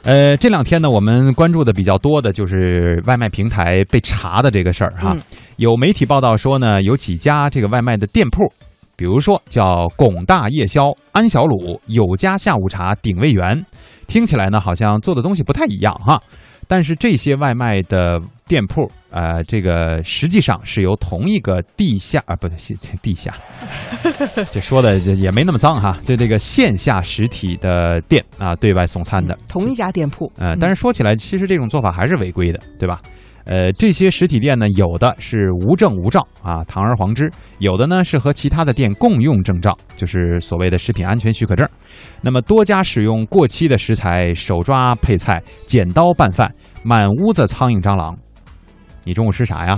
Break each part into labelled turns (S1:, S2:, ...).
S1: 这两天呢，我们关注的比较多的就是外卖平台被查的这个事儿哈。有媒体报道说呢，有几家这个外卖的店铺，比如说叫巩大夜宵、安小鲁、有家下午茶、鼎味园，听起来呢好像做的东西不太一样哈。但是这些外卖的店铺，这个实际上是由同一个地下，这说的也没那么脏哈，这个线下实体的店啊，对外送餐的，
S2: 同一家店铺。
S1: 但是说起来，其实这种做法还是违规的，对吧？这些实体店呢，有的是无证无照啊，堂而皇之；有的呢是和其他的店共用证照，就是所谓的食品安全许可证。那么多家使用过期的食材、手抓配菜、剪刀拌饭，满屋子苍蝇蟑螂。你中午吃啥呀？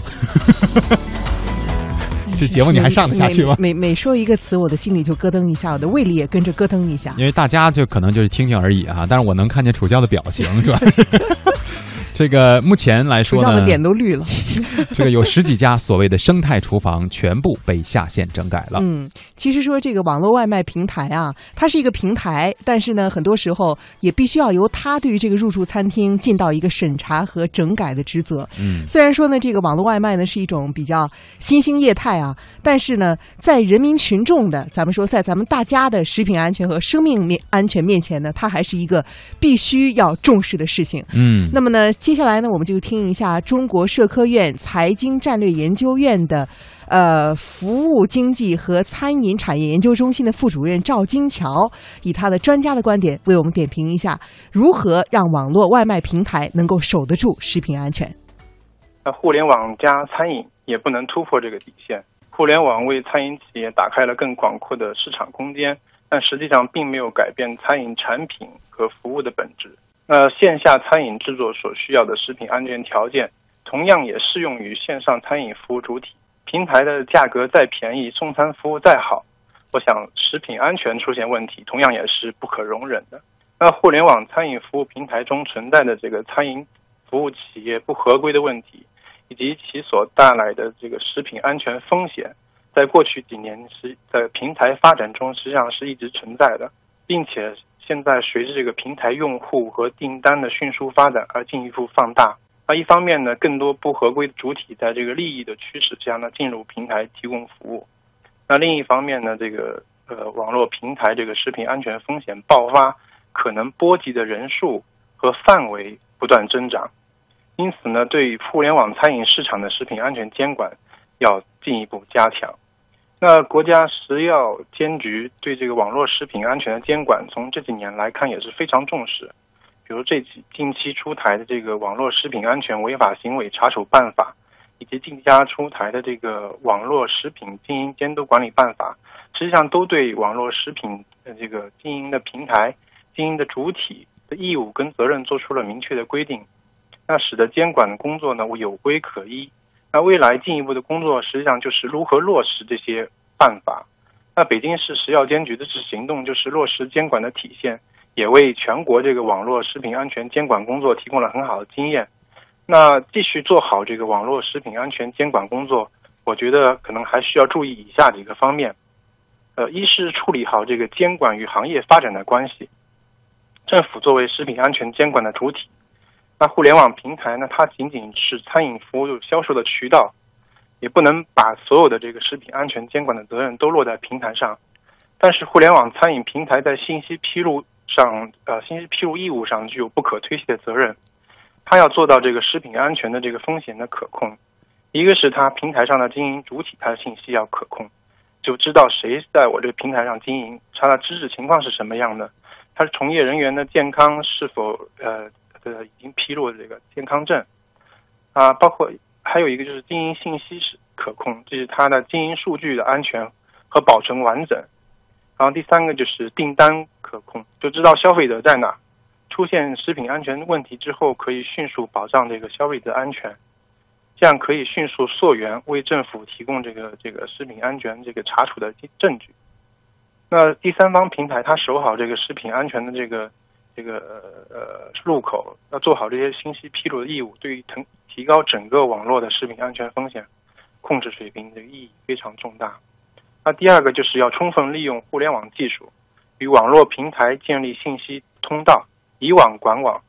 S1: 这节目你还上得下去吗？
S2: 每说一个词，我的心里就咯噔一下，我的胃里也跟着咯噔一下。
S1: 因为大家就可能就是听听而已啊，但是我能看见楚娇的表情，是吧？这个目前来说呢，
S2: 楚娇的脸都绿了。
S1: 这个有10几家所谓的生态厨房全部被下线整改了。
S2: 其实说这个网络外卖平台啊，它是一个平台，但是呢，很多时候也必须要由它对于这个入驻餐厅尽到一个审查和整改的职责。虽然说呢，这个网络外卖呢是一种比较新兴业态啊，但是呢，在人民群众的，咱们说在咱们大家的食品安全和生命安全面前呢，它还是一个必须要重视的事情。那么呢，接下来呢，我们就听一下中国社科院财经战略研究院的服务经济和餐饮产业研究中心的副主任赵金桥，以他的专家的观点为我们点评一下，如何让网络外卖平台能够守得住食品安全。
S3: 互联网加餐饮也不能突破这个底线。互联网为餐饮企业打开了更广阔的市场空间，但实际上并没有改变餐饮产品和服务的本质。线下餐饮制作所需要的食品安全条件，同样也适用于线上餐饮服务主体。平台的价格再便宜，送餐服务再好，我想食品安全出现问题，同样也是不可容忍的。互联网餐饮服务平台中存在的这个餐饮服务企业不合规的问题，以及其所带来的这个食品安全风险，在过去几年在平台发展中实际上是一直存在的，并且现在随着这个平台用户和订单的迅速发展而进一步放大。一方面呢，更多不合规的主体在这个利益的驱使下呢，进入平台提供服务。另一方面呢，这个网络平台这个食品安全风险爆发，可能波及的人数和范围不断增长。因此呢，对于互联网餐饮市场的食品安全监管要进一步加强。国家食药监局对这个网络食品安全的监管，从这几年来看也是非常重视。比如近期出台的这个网络食品安全违法行为查处办法，以及近期出台的这个网络食品经营监督管理办法，实际上都对网络食品这个经营的平台、经营的主体的义务跟责任做出了明确的规定，使得监管的工作呢有规可依。未来进一步的工作实际上就是如何落实这些办法。北京市食药监局的这次行动就是落实监管的体现，也为全国这个网络食品安全监管工作提供了很好的经验。继续做好这个网络食品安全监管工作，我觉得可能还需要注意以下几个方面。一是处理好这个监管与行业发展的关系。政府作为食品安全监管的主体，互联网平台呢，它仅仅是餐饮服务销售的渠道，也不能把所有的这个食品安全监管的责任都落在平台上。但是互联网餐饮平台在信息披露义务上具有不可推卸的责任。它要做到这个食品安全的这个风险的可控。一个是它平台上的经营主体，它的信息要可控，就知道谁在我这个平台上经营，它的资质情况是什么样的，它是从业人员的健康是否已经披露的这个健康证包括还有一个就是经营信息是可控，就是它的经营数据的安全和保存完整。然后第三个就是订单可控，就知道消费者在哪，出现食品安全问题之后可以迅速保障这个消费者安全，这样可以迅速溯源，为政府提供这个食品安全这个查处的证据。第三方平台它守好这个食品安全的这个入口，要做好这些信息披露的义务，对于提高整个网络的食品安全风险控制水平的意义非常重大。第二个就是要充分利用互联网技术，与网络平台建立信息通道，以网管网，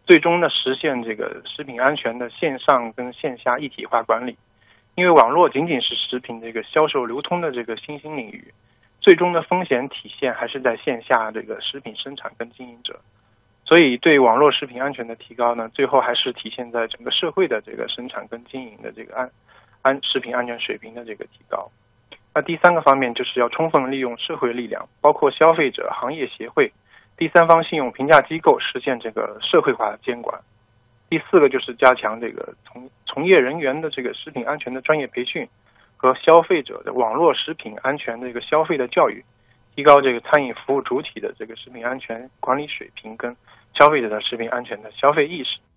S3: 最终呢实现这个食品安全的线上跟线下一体化管理。因为网络仅仅是食品这个销售流通的这个新兴领域，最终的风险体现还是在线下这个食品生产跟经营者。所以对网络食品安全的提高呢，最后还是体现在整个社会的这个生产跟经营的这个食品安全水平的这个提高。那第3个方面就是要充分利用社会力量，包括消费者、行业协会、第三方信用评价机构，实现这个社会化的监管。第4个就是加强这个从业人员的这个食品安全的专业培训和消费者的网络食品安全的这个消费的教育，提高这个餐饮服务主体的这个食品安全管理水平跟消费者的食品安全的消费意识。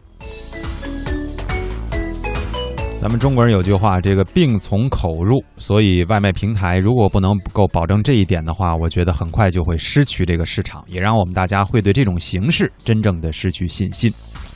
S1: 咱们中国人有句话，这个病从口入，所以外卖平台如果不能够保证这一点的话，我觉得很快就会失去这个市场，也让我们大家会对这种形式真正的失去信心。